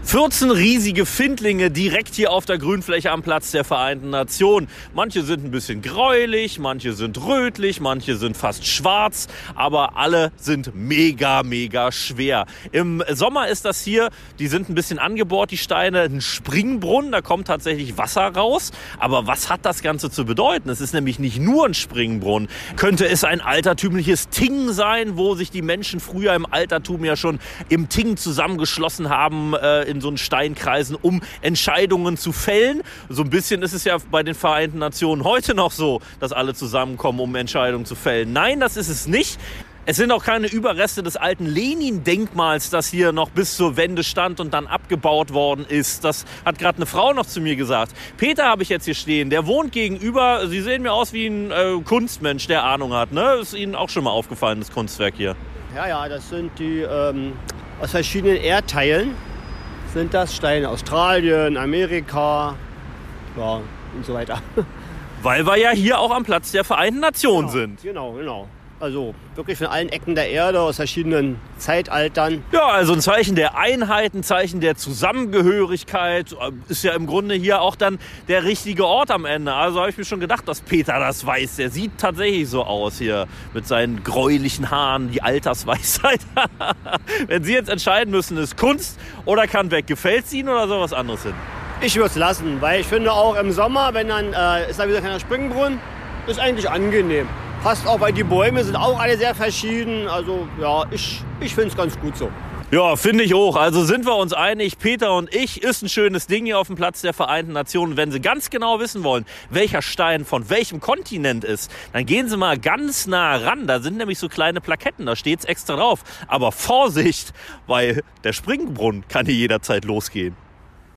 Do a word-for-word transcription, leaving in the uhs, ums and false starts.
vierzehn riesige Findlinge direkt hier auf der Grünfläche am Platz der Vereinten Nationen. Manche sind ein bisschen gräulich, manche sind rötlich, manche sind fast schwarz, aber alle sind mega, mega schwer. Im Sommer ist das hier, die sind ein bisschen angebohrt, die Steine, ein Springbrunnen, da kommt tatsächlich Wasser raus. Aber was hat das Ganze zu bedeuten? Es ist nämlich nicht nur ein Springbrunnen. Könnte es ein altertümliches Ting sein, wo sich die Menschen früher im Altertum ja schon im Ting zusammengeschlossen haben, äh, in so einen Steinkreisen, um Entscheidungen zu fällen. So ein bisschen ist es ja bei den Vereinten Nationen heute noch so, dass alle zusammenkommen, um Entscheidungen zu fällen. Nein, das ist es nicht. Es sind auch keine Überreste des alten Lenin-Denkmals, das hier noch bis zur Wende stand und dann abgebaut worden ist. Das hat gerade eine Frau noch zu mir gesagt. Peter habe ich jetzt hier stehen, der wohnt gegenüber. Sie sehen mir aus wie ein äh, Kunstmensch, der Ahnung hat. Ne? Ist Ihnen auch schon mal aufgefallen, das Kunstwerk hier? Ja, ja, das sind die ähm, aus verschiedenen Erdteilen. Sind das Steine Australien, Amerika, ja, und so weiter. Weil wir ja hier auch am Platz der Vereinten Nationen genau, sind. Genau, genau. Also wirklich von allen Ecken der Erde, aus verschiedenen Zeitaltern. Ja, also ein Zeichen der Einheit, ein Zeichen der Zusammengehörigkeit. Ist ja im Grunde hier auch dann der richtige Ort am Ende. Also habe ich mir schon gedacht, dass Peter das weiß. Der sieht tatsächlich so aus hier mit seinen gräulichen Haaren, die Altersweisheit. Wenn Sie jetzt entscheiden müssen, ist Kunst oder kann weg? Gefällt es Ihnen oder soll was anderes hin? Ich würde es lassen, weil ich finde auch im Sommer, wenn dann äh, ist da wieder kein Springbrunnen, ist eigentlich angenehm. Passt auch, weil die Bäume sind auch alle sehr verschieden. Also ja, ich, ich finde es ganz gut so. Ja, finde ich auch. Also sind wir uns einig, Peter und ich, ist ein schönes Ding hier auf dem Platz der Vereinten Nationen. Und wenn Sie ganz genau wissen wollen, welcher Stein von welchem Kontinent ist, dann gehen Sie mal ganz nah ran. Da sind nämlich so kleine Plaketten, da steht es extra drauf. Aber Vorsicht, weil der Springbrunnen kann hier jederzeit losgehen.